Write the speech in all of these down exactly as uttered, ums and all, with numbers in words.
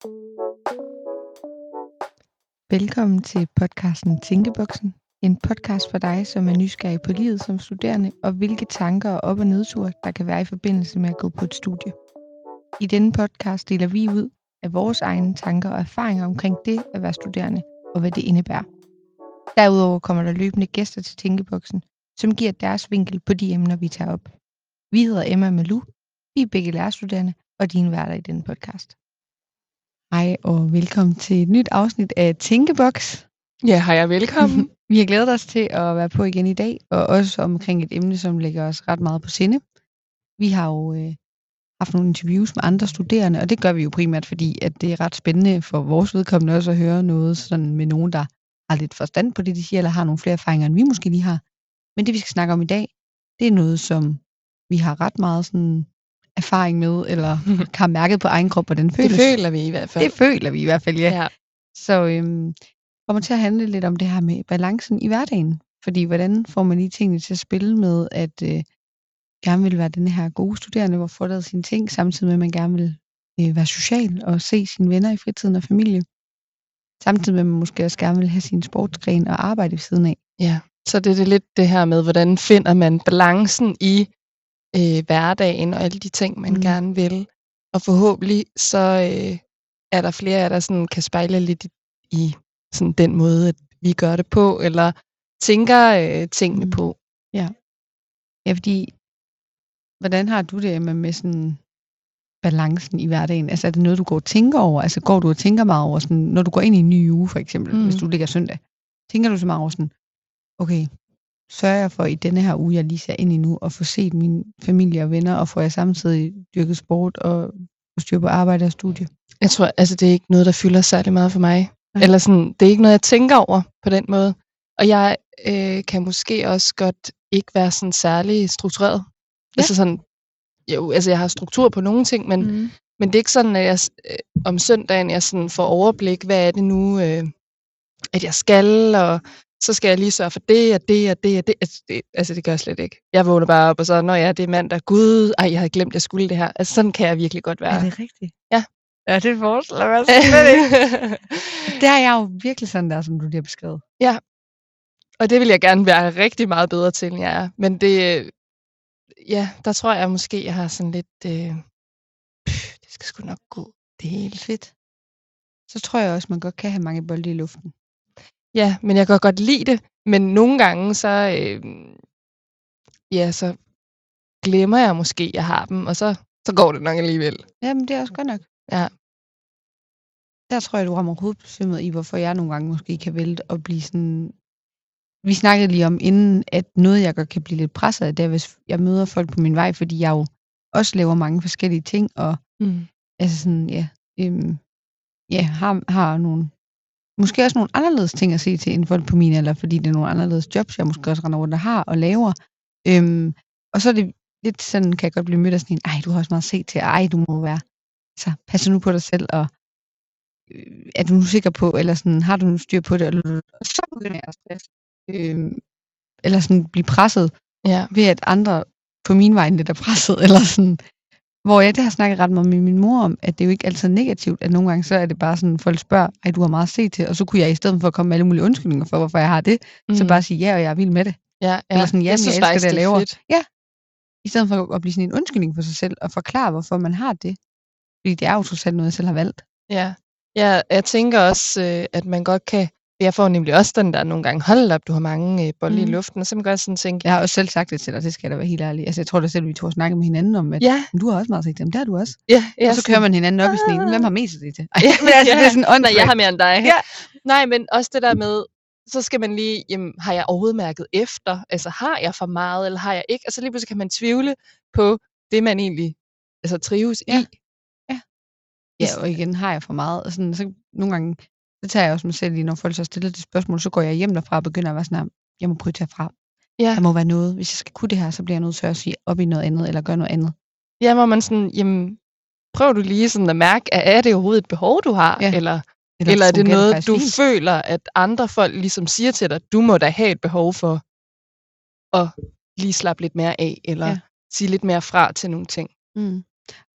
Velkommen til podcasten Tænkeboksen. En podcast for dig, som er nysgerrig på livet som studerende, og hvilke tanker og op- og nedture, der kan være i forbindelse med at gå på et studie. I denne podcast deler vi ud af vores egne tanker og erfaringer omkring det at være studerende, og hvad det indebærer. Derudover kommer der løbende gæster til Tænkeboksen, som giver deres vinkel på de emner, vi tager op. Vi hedder Emma og Malou, vi er begge lærerstuderende, og dine værter i denne podcast. Hej og velkommen til et nyt afsnit af Tænkeboks. Ja, hej og velkommen. Vi har glædet os til at være på igen i dag, og også omkring et emne, som ligger os ret meget på sinde. Vi har jo øh, haft nogle interviews med andre studerende, og det gør vi jo primært, fordi at det er ret spændende for vores vedkommende også at høre noget sådan med nogen, der har lidt forstand på det, de siger, eller har nogle flere erfaringer, end vi måske lige har. Men det, vi skal snakke om i dag, det er noget, som vi har ret meget sådan erfaring med, eller har mærket på egen krop, hvordan føles. Det føler vi i hvert fald. Det føler vi i hvert fald, ja. ja. Så øhm, kommer til at handle lidt om det her med balancen i hverdagen. Fordi hvordan får man lige tingene til at spille med, at øh, gerne vil være den her gode studerende, hvor får lavet sine ting, samtidig med, at man gerne vil øh, være social og se sine venner i fritiden og familie. Samtidig med, at man måske også gerne vil have sin sportsgren og arbejde ved siden af. Ja, så det er det lidt det her med, hvordan finder man balancen i øh, hverdagen og alle de ting, man mm. gerne vil. Og forhåbentlig så øh, er der flere af der sådan kan spejle lidt i, i sådan den måde, at vi gør det på, eller tænker øh, tingene mm. på. Ja. Ja, fordi hvordan har du det med, med sådan balancen i hverdagen? Altså er det noget, du går og tænker over? Altså går du og tænker meget over, sådan, når du går ind i en ny uge for eksempel, mm. hvis du ligger søndag, tænker du så meget over sådan, okay, sørger jeg for i denne her uge, jeg lige ser ind i nu, og få set min familie og venner, og får jeg samtidig dyrket sport og styr på arbejde og studie? Jeg tror, altså det er ikke noget, der fylder særlig meget for mig. Okay. Eller sådan, det er ikke noget, jeg tænker over på den måde. Og jeg øh, kan måske også godt ikke være sådan særlig struktureret. Ja. Altså sådan, jo, altså jeg har struktur på nogle ting, men, mm. men det er ikke sådan, at jeg øh, om søndagen jeg sådan får overblik, hvad er det nu, øh, at jeg skal, og så skal jeg lige sørge for det, og det, og det, og det. Altså det, altså det gør jeg slet ikke. Jeg vågner bare op, og så, når jeg er det er mandag, gud, ej, jeg havde glemt, at jeg skulle det her. Altså sådan kan jeg virkelig godt være. Er det rigtigt? Ja. Ja, det forestiller mig slet ikke. Det er jeg jo virkelig sådan der, som du lige har beskrevet. Ja, og det vil jeg gerne være rigtig meget bedre til, end jeg er. Men det, ja, der tror jeg måske, jeg har sådan lidt, øh, pff, det skal sgu nok gå. Det er helt fedt. Så tror jeg også, man godt kan have mange bolde i luften. Ja, men jeg kan godt lide det. Men nogle gange, så, øh, ja, så glemmer jeg måske, at jeg har dem, og så, så går det nok alligevel. Jamen, det er også godt nok. Ja. Der tror jeg, du rammer hovedbesømmet i, hvorfor jeg nogle gange måske kan vælte og blive sådan. Vi snakkede lige om inden, at noget, jeg godt kan blive lidt presset af, det er, hvis jeg møder folk på min vej, fordi jeg jo også laver mange forskellige ting, og mm. altså sådan, ja, øhm, ja har, har nogle, måske også nogle anderledes ting at se til, end folk på min alder, fordi det er nogle anderledes jobs, jeg måske også render rundt og har og laver. Øhm, og så er det lidt sådan, kan jeg godt blive mødt af sådan en, ej, du har også meget at se til, ej, du må være, så pas nu på dig selv, og øh, er du nu sikker på, eller sådan, har du nu styr på det, eller så begynder jeg at stresse. Øh, eller sådan blive presset ja. ved at andre på min vej lidt er presset, eller sådan, hvor jeg det har snakket ret meget med min mor om, at det er jo ikke altid negativt, at nogle gange så er det bare sådan, folk spørger, ej, du har meget at se til, og så kunne jeg i stedet for at komme med alle mulige undskyldninger for, hvorfor jeg har det, mm. så bare sige ja, og jeg er vild med det. Ja, ja. Eller sådan, ja, jeg, synes, jeg elsker det, jeg laver. Fedt. Ja, i stedet for at blive sådan en undskyldning for sig selv, og forklare, hvorfor man har det. Fordi det er jo trods alt noget, jeg selv har valgt. Ja, ja jeg tænker også, at man godt kan. Jeg får nemlig også den der nogle gange, hold op, du har mange øh, bolde mm. i luften, og så man godt sådan tænke. Jeg har også selv sagt det til dig, det skal da være helt ærligt. Altså jeg tror da selv, vi to har snakket med hinanden om, at ja. du har også meget sagt dem, det har du også. Ja, ja, og så kører man hinanden op i sådan en, hvem har mest det til? Ej, ja, altså, ja. Det er sådan Nej, jeg har mere end dig. Ja. Nej, men også det der med, så skal man lige, jamen, har jeg overhovedet mærket efter? Altså har jeg for meget, eller har jeg ikke? Altså lige pludselig kan man tvivle på det, man egentlig altså, trives ja. i. Ja. Ja, og igen, har jeg for meget? Og sådan, så nogle gange, det tager jeg også mig selv lige, når folk så stiller det spørgsmål, så går jeg hjem derfra og begynder at være sådan, jeg må prioritere fra. Ja. Der må være noget. Hvis jeg skal kunne det her, så bliver jeg nødt til at sige op i noget andet, eller gøre noget andet. Ja, hvor man sådan, jamen, prøv du lige sådan at mærke, er det overhovedet et behov, du har? Ja. Eller, eller, eller er det noget, det du fint. føler, at andre folk ligesom siger til dig, du må da have et behov for at lige slappe lidt mere af, eller ja. sige lidt mere fra til nogle ting. Mm.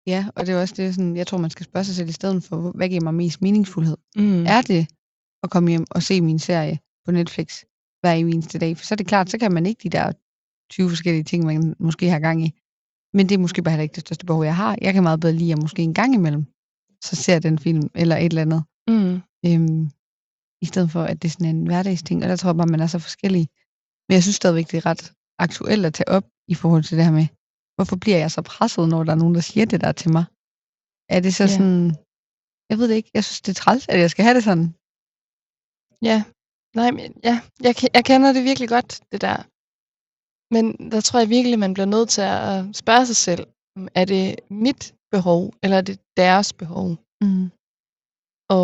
Ja, og det er også det, sådan, jeg tror, man skal spørge sig selv i stedet for, hvad giver mig mest meningsfuldhed? Mm. Er det at komme hjem og se min serie på Netflix hver eneste dag? For så er det klart, så kan man ikke de der tyve forskellige ting, man måske har gang i. Men det er måske bare heller ikke det største behov, jeg har. Jeg kan meget bedre lide, at måske en gang imellem, så ser den film eller et eller andet. Mm. Øhm, I stedet for, at det er sådan en hverdagsting. Og der tror jeg bare, man er så forskellig. Men jeg synes stadigvæk, det er ret aktuelt at tage op i forhold til det her med, hvorfor bliver jeg så presset, når der er nogen, der siger det der til mig? Er det så Ja. sådan, jeg ved det ikke, jeg synes, det er træls, at jeg skal have det sådan. Ja, nej, men ja, jeg, ke- jeg kender det virkelig godt, det der. Men der tror jeg virkelig, man bliver nødt til at spørge sig selv, om er det mit behov, eller er det deres behov? Mm. Og,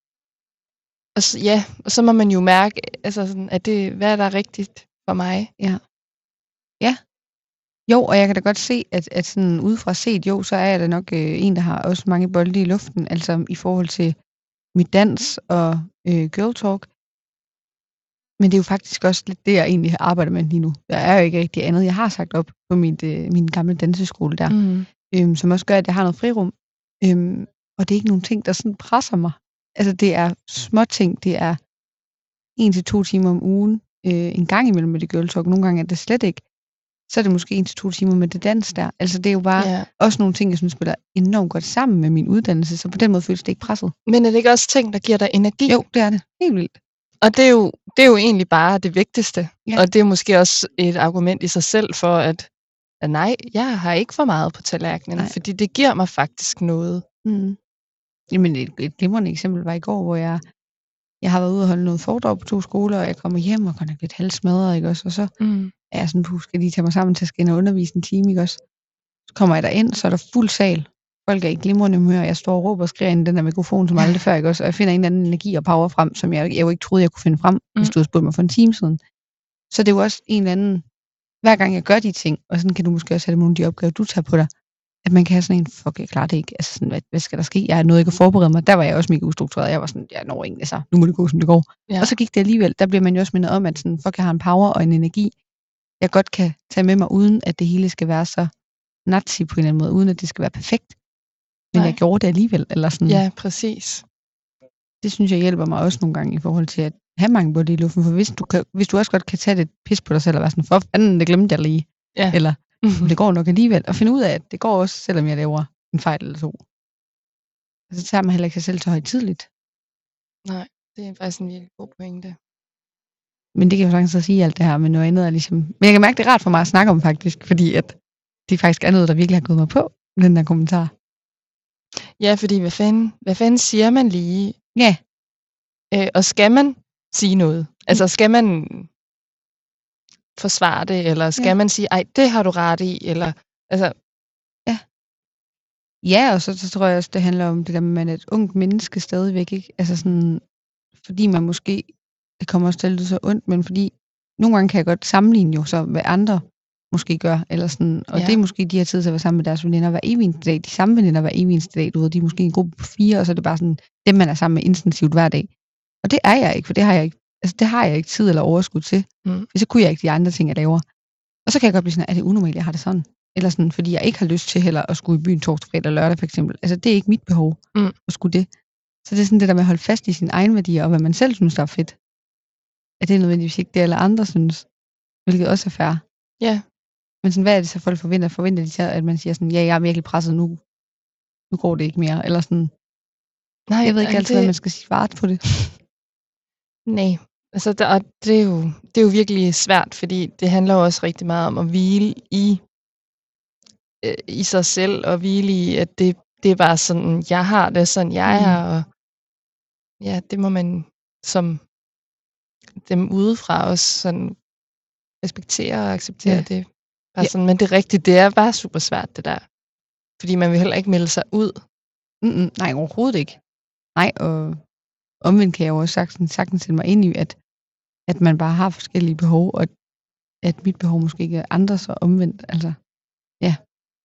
og så, ja, og så må man jo mærke, altså sådan, at det, hvad er der rigtigt for mig? Ja. Ja. Jo, og jeg kan da godt se, at, at sådan udefra set, jo, så er jeg da nok øh, en, der har også mange bolde i luften, altså i forhold til mit dans og øh, girl talk. Men det er jo faktisk også lidt det, jeg egentlig arbejder med lige nu. Der er jo ikke rigtig andet. Jeg har sagt op på mit, øh, min gamle danseskole der, Mm. øhm, som også gør, at jeg har noget frirum. Øhm, og det er ikke nogen ting, der sådan presser mig. Altså det er små ting. Det er en til to timer om ugen. Øh, en gang imellem med det girl talk. Nogle gange er det slet ikke. Så er det måske en til to timer med det dans der. Altså det er jo bare Ja. også nogle ting, jeg synes spiller enormt godt sammen med min uddannelse. Så på den måde føles det ikke presset. Men er det ikke også ting, der giver dig energi? Jo, det er det. Helt vildt. Og det er, jo, det er jo egentlig bare det vigtigste. Ja. Og det er måske også et argument i sig selv for, at, at nej, jeg har ikke for meget på tallerkenen, Nej. fordi det giver mig faktisk noget. Mm. Jamen et, et glimrende eksempel var i går, hvor jeg, jeg har været ude og holde noget foredrag på to skoler, og jeg kommer hjem og kan have lidt halvsmadret, ikke også? Og så Mm. er jeg sådan, du skal lige tage mig sammen til at skal ind og undervise en time, ikke også? Så kommer jeg derind, så er der fuld sal. Folk er i glimrende humør, jeg står og råber og skriger ind i den der mikrofon som aldrig før, ikke også? Og jeg finder en eller anden energi og power frem, som jeg, jeg jo ikke troede, jeg kunne finde frem, mm. hvis du havde spurgt mig for en time siden. Så det er jo også en eller anden, hver gang jeg gør de ting, og sådan kan du måske også have det med nogle af de opgaver, du tager på dig, at man kan have sådan en, fuck, jeg klarer det ikke. Altså sådan, hvad, hvad skal der ske? Jeg er noget, ikke at forberede mig. Der var jeg også mega ustruktureret. Jeg var sådan, jeg når ikke, altså, nu må det gå, som det går. Ja. Og så gik det alligevel. Der bliver man jo også mindet om, at sådan, fuck, jeg har en power og en energi, jeg godt kan tage med mig, uden at det hele skal være så nazi på en eller anden måde, uden at det skal være perfekt. Men Nej. jeg gjorde det alligevel. Eller sådan. Ja, præcis. Det synes jeg hjælper mig også nogle gange i forhold til at have mange både i luften. For hvis du, kan, hvis du også godt kan tage det pis på dig selv og være sådan, for fanden, det glemte jeg lige. Ja. Eller, men det går nok alligevel. Og finde ud af, at det går også, selvom jeg laver en fejl eller to. Og så tager man heller ikke sig selv så højtidligt. Nej, det er faktisk en virkelig god pointe. Men det kan jeg jo sagtens sige alt det her, men noget andet er ligesom... Men jeg kan mærke, det er rart for mig at snakke om faktisk, fordi at det faktisk er noget, der virkelig har gået mig på, den der kommentar. Ja, fordi hvad fanden, hvad fanden siger man lige? Ja. Øh, og skal man sige noget? Altså skal man forsvare det, eller skal Ja. man sige, ej, det har du ret i, eller altså... Ja. Ja, og så, så tror jeg også, det handler om det der med, at man er et ungt menneske stadigvæk, ikke? Altså sådan, fordi man måske, det kommer også til at lyde så ondt, men fordi nogle gange kan jeg godt sammenligne jo så, hvad andre måske gør, eller sådan, og Ja. det er måske de her tid til at være sammen med deres veninder hver evig eneste dag, de samme veninder hver evig eneste dag, du ved, de er måske en gruppe på fire, og så er det bare sådan, dem man er sammen med intensivt hver dag. Og det er jeg ikke, for det har jeg ikke, altså det har jeg ikke tid eller overskud til, Mm. for så kunne jeg ikke de andre ting, jeg laver. Og så kan jeg godt blive sådan, er det unormalt, jeg har det sådan? Eller sådan, fordi jeg ikke har lyst til heller at skulle i byen torsdag, fredag eller lørdag for eksempel. Altså det er ikke mit behov Mm. at skulle det. Så det er sådan det der med at holde fast i sine egne værdier, og hvad man selv synes, der er fedt. At det er nødvendigvis ikke det, alle andre synes. Hvilket også er fair. Ja. Men sådan, hvad er det så folk forventer? Forventer de så, at man siger sådan, ja, jeg er virkelig presset nu. Nu går det ikke mere. Eller sådan, Nej, jeg ved ikke ej, altid, det... hvad man skal sige svart på det. Nej, altså der, og det, er jo, det er jo virkelig svært, fordi det handler jo også rigtig meget om at hvile i, øh, i sig selv, og hvile i, at det, det er bare sådan, jeg har det, sådan jeg Mm. er, og ja, det må man som dem udefra også sådan respektere og acceptere. Ja. Det bare Ja. sådan, men det er rigtigt, det er bare super svært det der, fordi man vil heller ikke melde sig ud. Mm-mm, nej, overhovedet ikke. Nej, og omvendt kan jeg jo også sagtens, sagtens sætte mig ind i, at, at man bare har forskellige behov, og at mit behov måske ikke er andres og omvendt. Altså, ja.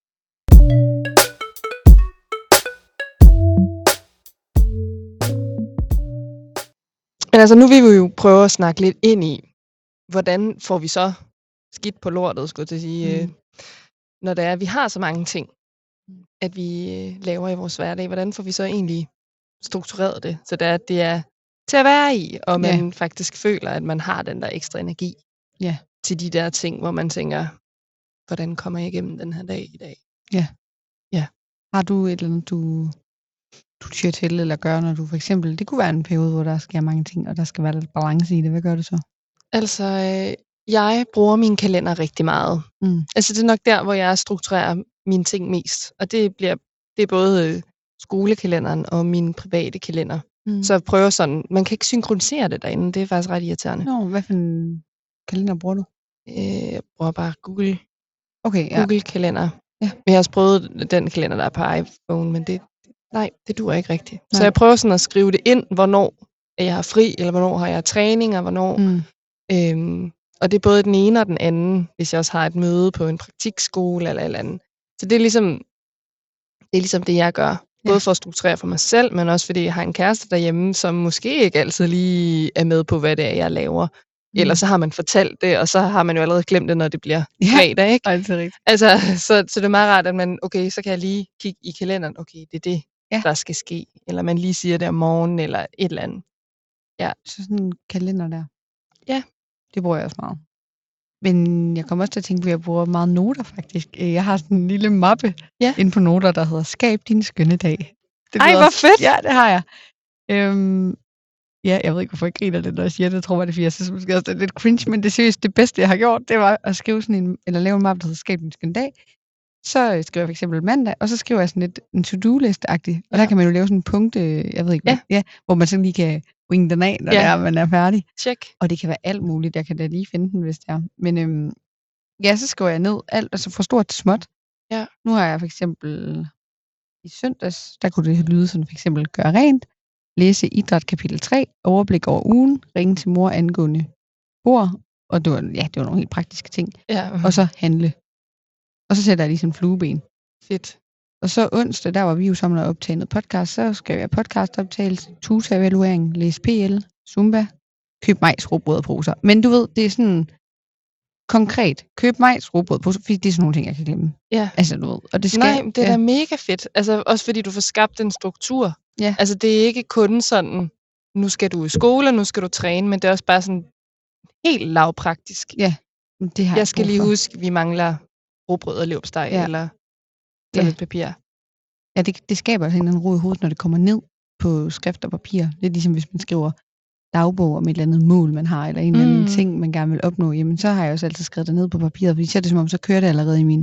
Men altså, nu vil vi jo prøve at snakke lidt ind i, hvordan får vi så skidt på lortet, skulle jeg til at sige, Mm. øh, når det er, at vi har så mange ting, at vi øh, laver i vores hverdag. Hvordan får vi så egentlig struktureret det, så det er, at det er til at være i, og man Ja. faktisk føler, at man har den der ekstra energi Ja. til de der ting, hvor man tænker, hvordan kommer jeg igennem den her dag i dag? Ja. Ja. Har du et eller andet, du, du tyr til eller gør, når du for eksempel, det kunne være en periode, hvor der sker mange ting, og der skal være lidt balance i det. Hvad gør du så? Altså, øh, jeg bruger min kalender rigtig meget. Mm. Altså, det er nok der, hvor jeg strukturerer mine ting mest. Og det bliver det er både øh, skolekalenderen og min private kalender. Mm. Så jeg prøver sådan, man kan ikke synkronisere det derinde, det er faktisk ret irriterende. Nå, hvad for en kalender bruger du? Øh, jeg bruger bare Google, Okay, ja. Google kalender. Ja. Men jeg har også prøvet den kalender, der er på iPhone, men det, nej, det duer ikke rigtigt. Nej. Så jeg prøver sådan at skrive det ind, hvornår jeg har fri, eller hvornår har jeg træning, og hvornår... Mm. Øhm, og det er både den ene og den anden, hvis jeg også har et møde på en praktikskole eller eller andet. Så det er ligesom det, er ligesom det jeg gør. Både Ja. for at strukturere for mig selv, men også fordi jeg har en kæreste derhjemme, som måske ikke altid lige er med på, hvad det er, jeg laver. Mm. Eller så har man fortalt det, og så har man jo allerede glemt det, når det bliver Ja. fredag, ikke? Ej, det er rigtigt. Altså, så, så det er meget rart, at man, okay, så kan jeg lige kigge i kalenderen, okay, det er det, Ja. der skal ske. Eller man lige siger det om morgenen, eller et eller andet. Ja. Så sådan en kalender der. Ja. Det bruger jeg også meget. Men jeg kommer også til at tænke på, at jeg bruger meget noter faktisk. Øh, Jeg har sådan en lille mappe Ja. inde på noter, der hedder Skab din skønne dag. Det Ej, lyder hvor også- fedt! Ja, det har jeg. Øhm, ja, jeg ved ikke, hvorfor jeg griner det, når jeg siger det. Jeg tror, det er, fordi jeg synes måske også, det er lidt cringe, men det seriøst det bedste, jeg har gjort, det var at skrive sådan en, eller lave en mappe, der hedder Skab din skønne dag. Så øh, skriver jeg for eksempel mandag, og så skriver jeg sådan lidt en to-do-list-agtig. Og Ja. der kan man jo lave sådan en punkte, jeg ved ikke, hvad, Ja. ja, hvor man sådan lige kan wing den af, når Ja. det er, man er færdig. Check. Og det kan være alt muligt. Jeg kan da lige finde den, hvis det er. Men øhm, ja, så skriver jeg ned alt, altså fra stort til småt. Ja. Nu har jeg for eksempel i søndags, der kunne det lyde sådan for eksempel gøre rent, læse idræt kapitel tre, overblik over ugen, ringe til mor angående bord, og det var, ja, det var nogle helt praktiske ting. Ja. Og så handle. Og så sætter jeg lige sådan en flueben. Fedt. Og så onsdag, der var vi jo sammen og optage noget podcast, så skrev jeg podcastoptagelse, tuta-evaluering, læse P L, Zumba, køb majs, rugbrød og poser. Men du ved, det er sådan konkret. Køb majs, rugbrød og poser, fordi det er sådan nogle ting, jeg kan glemme. Ja. Altså, du ved. Og det skal, Nej, det er ja. da mega fedt. Altså også fordi du får skabt en struktur. Ja. Altså det er ikke kun sådan, nu skal du i skole, nu skal du træne, men det er også bare sådan helt lavpraktisk. Ja, det har jeg Jeg skal brug lige for. huske, at vi mangler rugbrød og leverpostej Ja. eller Ja. toiletpapir. Ja, det, det skaber sådan en ro i hovedet, når det kommer ned på skrift og papir. Lidt ligesom hvis man skriver dagbog om et eller andet mål, man har, eller en eller anden Mm. ting, man gerne vil opnå, jamen så har jeg også altid skrevet det ned på papiret, fordi så er det som om, så kører det allerede i min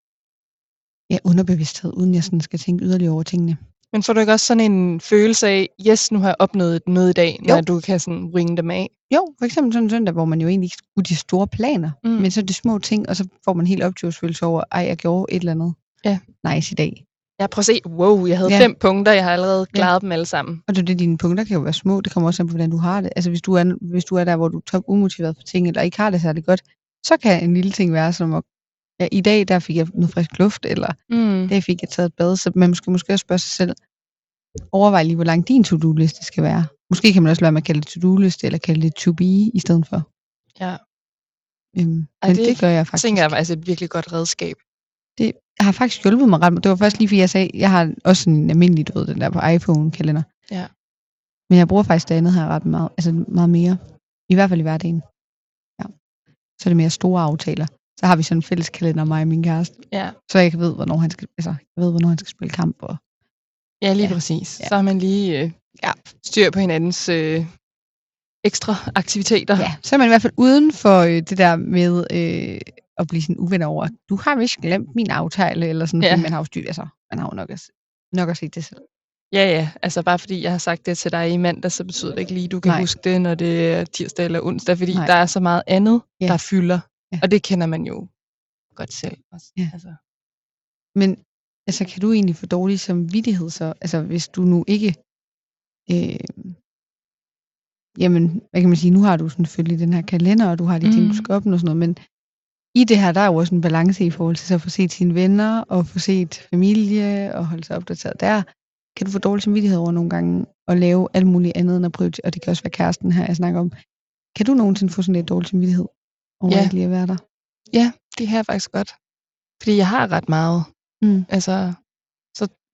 ja, underbevidsthed, uden jeg sådan skal tænke yderligere over tingene. Men får du ikke også sådan en følelse af, yes, nu har jeg opnået noget i dag, når Jo. du kan sådan winge dem af? Jo, for eksempel sådan en søndag, hvor man jo egentlig ikke skulle de store planer, Mm. men så er det små ting, og så får man helt optursfølelse over, ej, jeg gjorde et eller andet Ja. nice i dag. Jeg prøver at se, wow, jeg havde Ja. fem punkter, jeg har allerede Ja. klaret dem alle sammen. Og det, det, dine punkter kan jo være små, det kommer også an på, hvordan du har det. Altså hvis du er, hvis du er der, hvor du er top umotiveret for ting, eller ikke har det særlig godt, så kan en lille ting være som, at ja, i dag der fik jeg noget frisk luft, eller Mm. i dag fik jeg taget et bad, så man skal måske også spørge sig selv, overvej lige, hvor lang din to-do-liste skal være. Måske kan man også lade med at kalde det to-do-liste, eller kalde det to-be i stedet for. Ja. Øhm, Ej, men det det gør jeg faktisk. tænker jeg faktisk er et virkelig godt redskab. Det har faktisk hjulpet mig ret meget. Det var først lige, fordi jeg sagde, jeg har også en almindelig, du ved, den der på iPhone-kalender. Ja. Men jeg bruger faktisk det andet her ret meget, altså meget mere. I hvert fald i hverdagen. Ja. Så er det mere store aftaler. Så har vi sådan en fælles kalender, mig og min kæreste. Ja. Så jeg ved, hvornår han skal, altså, jeg ved, hvornår han skal spille kamp. Og, Ja, lige Ja. præcis. Ja. Så har man lige øh, Ja. styr på hinandens øh, ekstra aktiviteter. ja, så er man i hvert fald uden for øh, det der med øh, at blive sådan uvenner over, du har vist glemt min aftale, eller sådan, Ja. fordi man har jo styr, altså, man har jo nok at, nok at se det selv. Ja, ja. Altså bare fordi jeg har sagt det til dig i mandag, så betyder det ikke lige, du kan Nej. huske det, når det er tirsdag eller onsdag, fordi Nej. der er så meget andet, Ja. der fylder. Ja. Og det kender man jo godt selv også. Ja. Altså. Men altså, kan du egentlig få dårlig samvittighed så? Altså, hvis du nu ikke... Øh, jamen, hvad kan man sige? Nu har du sådan selvfølgelig den her kalender, og du har de mm. ting, du Mm. skal opnå og sådan noget, men i det her, der er jo også en balance i forhold til så at få set sine venner, og få set familie, og holde sig opdateret der. Kan du få dårlig samvittighed over nogle gange, og lave alt muligt andet end at prioritere, og det kan også være kæresten her, jeg snakker om. Kan du nogensinde få sådan lidt dårlig samvittighed over Ja. ikke lige at være der? Ja, det har jeg faktisk godt. Fordi jeg har ret meget. Mm. Altså,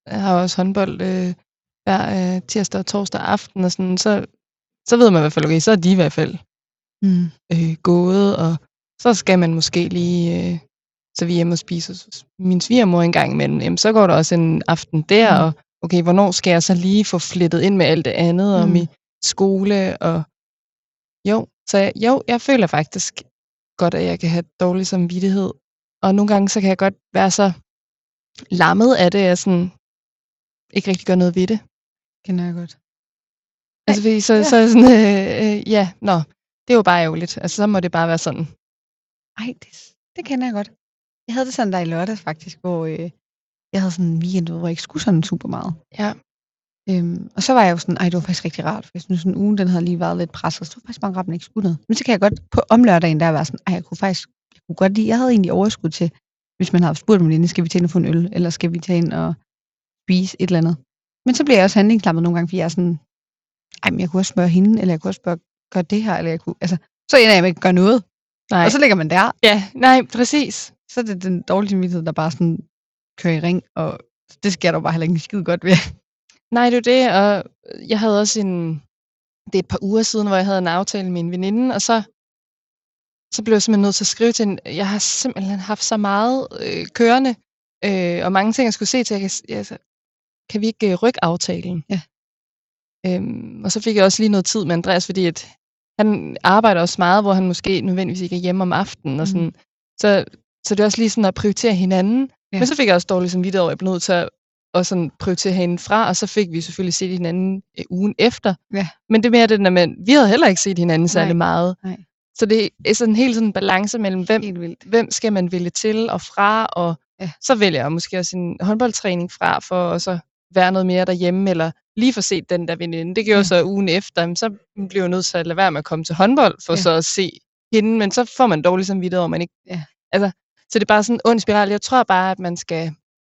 jeg har også håndbold øh, hver øh, tirsdag og torsdag aften, og sådan, så, så ved man i hvert fald, okay, så er de i hvert fald Mm. øh, gået, og så skal man måske lige, øh, så vi er hjemme og spiser hos min svigermor en gang imellem, jamen, så går der også en aften der, Mm. og okay, hvornår skal jeg så lige få flettet ind med alt det andet, mm. om i skole, og jo, så jeg, jo, jeg føler faktisk godt, at jeg kan have dårlig samvittighed, og nogle gange, så kan jeg godt være så lammet af det, at jeg sådan ikke rigtig gør noget ved det. Kender jeg godt. Altså, fordi så, ja. så er jeg sådan, øh, øh, ja, nå, det er jo bare ærgerligt. Altså, så må det bare være sådan. Ej, det, det kender jeg godt. Jeg havde det sådan der i lørdags faktisk, hvor øh, jeg havde sådan en weekend, hvor jeg ikke skulle sådan super meget. Ja. Øhm, og så var jeg jo sådan, ej, det var faktisk rigtig rart, for jeg synes, sådan ugen, den havde lige været lidt presset, så det var faktisk bare rart, at ikke skulle noget. Men så kan jeg godt på om lørdagen, der være sådan, ej, jeg kunne faktisk, jeg kunne godt lide, jeg havde egentlig overskud til, hvis man havde spurgt mig lige, skal vi tage ind og få en øl, eller skal vi tage ind og spise et eller andet. Men så bliver jeg også handlingslammet nogle gange, fordi jeg er sådan, ej, men jeg kunne også spørge hende, eller jeg kunne også spørge, gør det her, eller jeg kunne, altså, så ender jeg med ikke at gøre noget. Nej. Og så ligger man der. Ja, nej, præcis. Så er det den dårlige samvittighed, der bare sådan kører i ring, og det sker der bare heller ikke skide godt ved. Nej, det er det, og jeg havde også en, det er et par uger siden, hvor jeg havde en aftale med en veninde, og så, så blev jeg simpelthen nødt til at skrive til hende, jeg har simpelthen haft så meget øh, kørende, øh, og mange ting, jeg skulle se til, jeg kan, jeg, altså, kan vi ikke øh, rykke aftalen? Ja. Øhm, og så fik jeg også lige noget tid med Andreas, fordi at han arbejder også meget, hvor han måske nødvendigvis ikke er hjemme om aftenen, og sådan, mm. så, så det er også lige sådan at prioritere hinanden, ja. Men så fik jeg også dårligt samvittighed over, at jeg blev nødt til at og sådan prioritere hende fra, og så fik vi selvfølgelig set hinanden øh, ugen efter. Ja. Men det er mere det der med, vi havde heller ikke set hinanden særlig Nej. meget. Nej. Så det er sådan en helt sådan balance mellem, hvem, hvem skal man vælge til og fra, og ja. Så vælger jeg måske også en håndboldtræning fra, for at så være noget mere derhjemme, eller lige få set den der veninde. Det gjorde ja. Så ugen efter, så blev jeg nødt til at lade være med at komme til håndbold, for ja. Så at se hende, men så får man dårlig samvittighed over, man ikke... Ja. Altså, så det er bare sådan en ond spiral. Jeg tror bare, at man skal...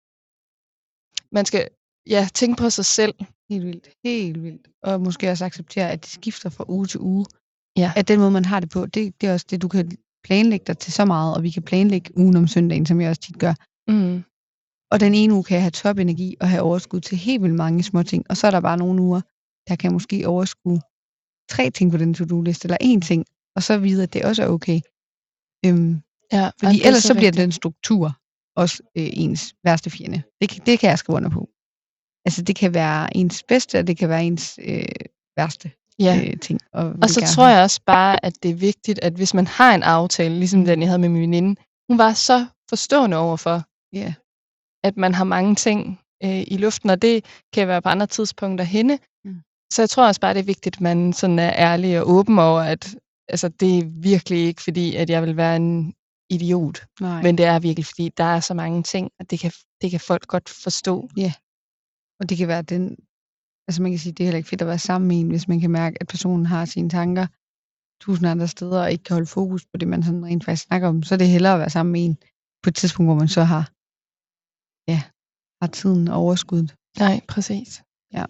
Man skal ja, tænke på sig selv. Helt vildt. Helt vildt. Og måske også acceptere, at det skifter fra uge til uge. Ja. At den måde, man har det på, det, det er også det, du kan planlægge dig til så meget, og vi kan planlægge ugen om søndagen, som jeg også tit gør. Mm. Og den ene uge kan jeg have topenergi og have overskud til helt vildt mange små ting. Og så er der bare nogle uger, der kan jeg måske overskue tre ting på den to-do-liste, eller én ting, og så vide, at det også er okay. Øhm, ja, fordi ellers så, så bliver den struktur også øh, ens værste fjende. Det, det kan jeg skrive under på. Altså det kan være ens bedste, og det kan være ens øh, værste ja. øh, ting. Og, og så tror jeg også bare, at det er vigtigt, at hvis man har en aftale, ligesom mm. den jeg havde med min veninde, hun var så forstående overfor, yeah. at man har mange ting øh, i luften, og det kan være på andre tidspunkter henne. Mm. Så jeg tror også bare, det er vigtigt, at man sådan er ærlig og åben over, at altså, det er virkelig ikke fordi, at jeg vil være en idiot. Nej. Men det er virkelig, fordi der er så mange ting, at det kan, det kan folk godt forstå. Ja, yeah. Og det kan være den, altså man kan sige, det er heller ikke fedt at være sammen med en, hvis man kan mærke, at personen har sine tanker tusind andre steder, og ikke kan holde fokus på det, man sådan rent faktisk snakker om. Så er det hellere at være sammen med en på et tidspunkt, hvor man så har, ja, har tiden og overskuddet. Nej, præcis. Ja.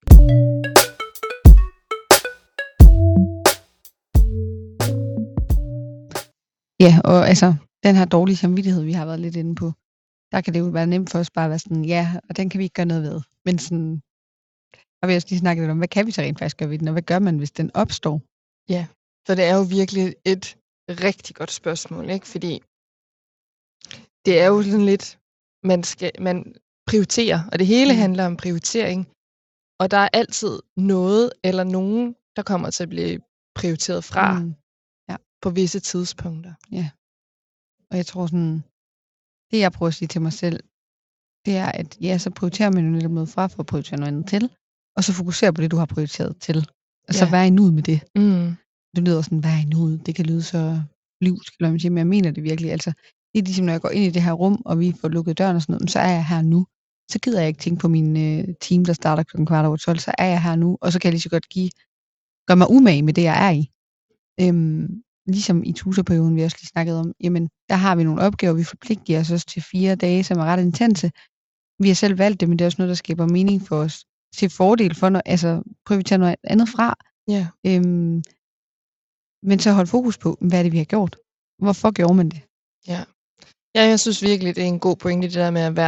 Ja, og altså, den her dårlige samvittighed, vi har været lidt inde på, der kan det jo være nemt for os bare at være sådan, ja, og den kan vi ikke gøre noget ved. Men sådan, og vi har også lige snakket lidt om, hvad kan vi så rent faktisk gøre ved den, og hvad gør man, hvis den opstår? Ja, for det er jo virkelig et rigtig godt spørgsmål, ikke? Fordi det er jo sådan lidt, man, skal, man prioriterer, og det hele mm. handler om prioritering. Og der er altid noget eller nogen, der kommer til at blive prioriteret fra mm. ja. På visse tidspunkter. Ja, og jeg tror sådan, det jeg prøver at sige til mig selv, det er, at ja, så prioriterer man jo netop noget fra, for at prioritere noget andet til, og så fokusere på det, du har prioriteret til. Og så ja. Være i nuet med det. Mm. Det lyder sådan, hvad i nuet? Det kan lyde så livsk, eller man siger, men jeg mener det virkelig. Altså, det er ligesom, når jeg går ind i det her rum, og vi får lukket døren og sådan noget, så er jeg her nu. Så gider jeg ikke tænke på min øh, team, der starter klokken kvart over tolv, så er jeg her nu, og så kan jeg lige så godt give, gøre mig umage med det, jeg er i. Øhm, ligesom i tutorperioden, vi også lige snakket om, jamen, der har vi nogle opgaver, vi forpligter os også til fire dage, som er ret intense. Vi har selv valgt det, men det er også noget, der skaber mening for os. Til fordel for, noget, altså prøver vi at tage noget andet fra. Yeah. Øhm, men så hold fokus på, hvad er det, vi har gjort? Hvorfor gjorde man det? Ja, ja jeg synes virkelig, det er en god pointe, det der med at være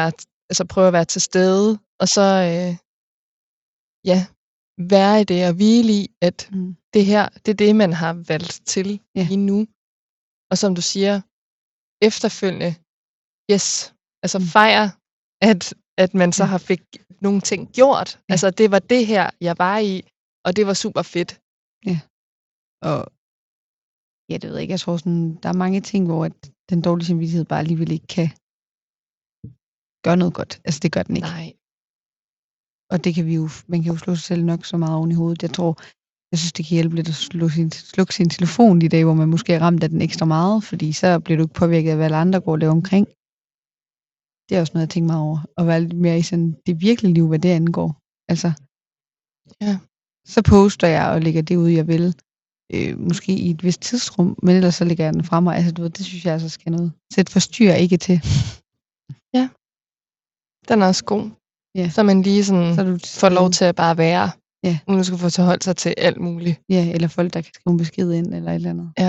altså prøve at være til stede, og så øh, ja, være i det og hvile i, at Mm. det her, det er det, man har valgt til Ja. lige nu. Og som du siger, efterfølgende, yes, altså Mm. fejre, at, at man så Ja. har fik nogle ting gjort. Ja. Altså det var det her, jeg var i, og det var super fedt. Og ja, det ved jeg ikke. Jeg tror sådan, der er mange ting, hvor at den dårlige samvittighed bare alligevel ikke kan gøre noget godt. Altså det gør den ikke. Nej. Og det kan vi jo, man kan jo slå sig selv nok så meget oven i hovedet. Jeg tror, jeg synes, det kan hjælpe lidt at slå sin, slukke sin telefon de dage, hvor man måske er ramt af den ekstra meget, fordi så bliver du ikke påvirket af, hvad alle andre går og laver omkring. Det er også noget, jeg tænker mig over. At være lidt mere i sådan det virkelige liv, hvad det angår. Altså, Ja. så poster jeg og lægger det ud, jeg vil. Øh, måske i et vist tidsrum, men ellers så lægger jeg den fra mig. Altså, du ved, det synes jeg altså skal noget. Sæt forstyr ikke til. Den er også god. Ja. Så man lige sådan Så er du får lov til at bare være. Ja. Uden at skulle få til holde sig til alt muligt. Ja, eller folk, der kan skrive en besked ind, eller et eller andet. Ja.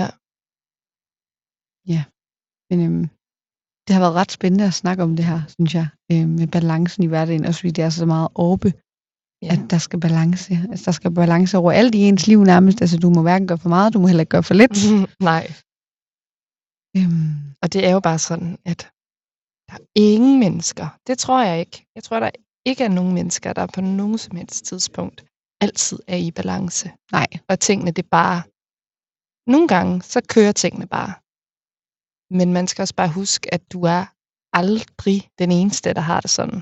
Men øhm, det har været ret spændende at snakke om det her, synes jeg. Øh, med balancen i hverdagen, også fordi det er så meget oppe, Ja. at der skal balance. Altså, der skal balance over alt i ens liv nærmest. Altså, du må hverken gøre for meget, du må heller ikke gøre for lidt. Nej. Øhm, Og det er jo bare sådan, at der er ingen mennesker, det tror jeg ikke. Jeg tror, der ikke er nogen mennesker, der på nogen som helst tidspunkt altid er i balance. nej, Og tingene, det er bare... Nogle gange, så kører tingene bare. Men man skal også bare huske, at du er aldrig den eneste, der har det sådan.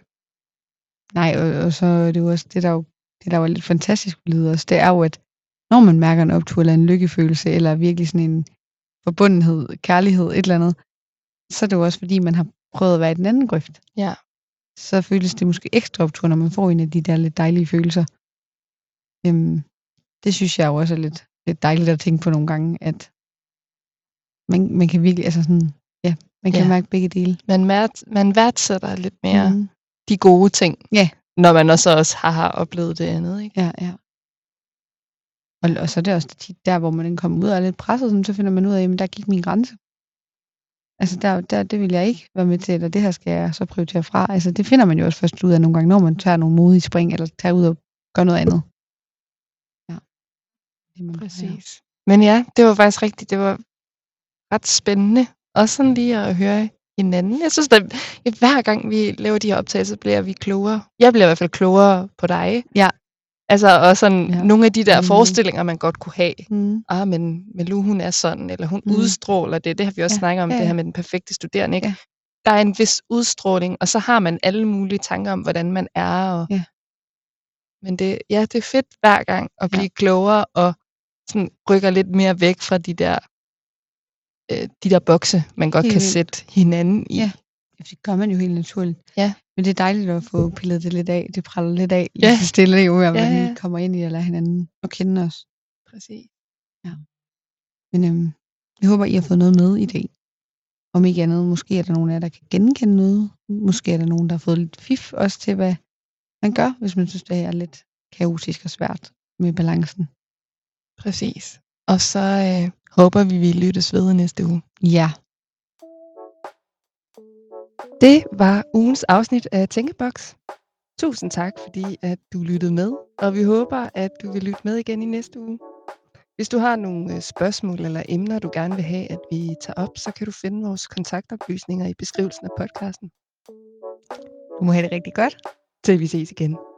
nej, og, og så er det jo også, det der jo, det der jo er lidt fantastisk ved livet også, det er jo, at når man mærker en optur, eller en lykkefølelse, eller virkelig sådan en forbundenhed, kærlighed, et eller andet, så er det jo også, fordi man har prøvet at være i den anden grøft. Ja. Så føles det måske ekstra optur, når man får en af de der lidt dejlige følelser. Øhm, det synes jeg jo også er lidt, lidt dejligt at tænke på nogle gange, at man, man kan virkelig, altså sådan, ja, man kan Ja. mærke begge dele. Man, mærk- man værdsætter lidt mere Mhm. de gode ting, Ja. når man også, også har, har oplevet det andet. Ikke? Ja, ja. Og, og så er det også tit der, hvor man kommer ud og er lidt presset, sådan, så finder man ud af, at der gik min grænse. Altså der, der, det vil jeg ikke være med til, eller det her skal jeg så prioritere fra. Altså det finder man jo også først ud af nogle gange, når man tager nogle modige spring, eller tager ud og gør noget andet. Ja. Det man gør, ja. Præcis. Men ja, det var faktisk rigtigt. Det var ret spændende. Også sådan lige at høre hinanden. Jeg synes, at hver gang vi laver de her optagelser, bliver vi klogere. Jeg bliver i hvert fald klogere på dig. Ja. Altså, og sådan Ja. nogle af de der Mm. forestillinger, man godt kunne have. Mm. Ah, men Malou, hun er sådan, eller hun Mm. udstråler det. Det har vi også Ja, snakket om, ja, det ja. her med den perfekte studerende. Ikke? Ja. Der er en vis udstråling, og så har man alle mulige tanker om, hvordan man er. Og... Ja. Men det, ja, det er fedt hver gang at blive ja. klogere, og sådan rykker lidt mere væk fra de der, øh, de der bokse, man godt Helt kan vildt. sætte hinanden i. Ja. Det gør man jo helt naturligt. Ja. Men det er dejligt at få pillet det lidt af. Det praller lidt af. Ja. Lige så stille, jo mere man Ja, ja. lige kommer ind i at lære hinanden at kende os. Præcis. Men øhm, jeg håber, I har fået noget med i dag. Om ikke andet, måske er der nogen af jer, der kan genkende noget. Måske er der nogen, der har fået lidt fif også til, hvad man gør, hvis man synes, det er lidt kaotisk og svært med balancen. Præcis. Og så øh, håber vi, vi lyttes ved i næste uge. Ja. Det var ugens afsnit af Tænkeboks. Tusind tak, fordi at du lyttede med, og vi håber, at du vil lytte med igen i næste uge. Hvis du har nogle øh, spørgsmål eller emner, du gerne vil have, at vi tager op, så kan du finde vores kontaktoplysninger i beskrivelsen af podcasten. Du må have det rigtig godt. Til vi ses igen.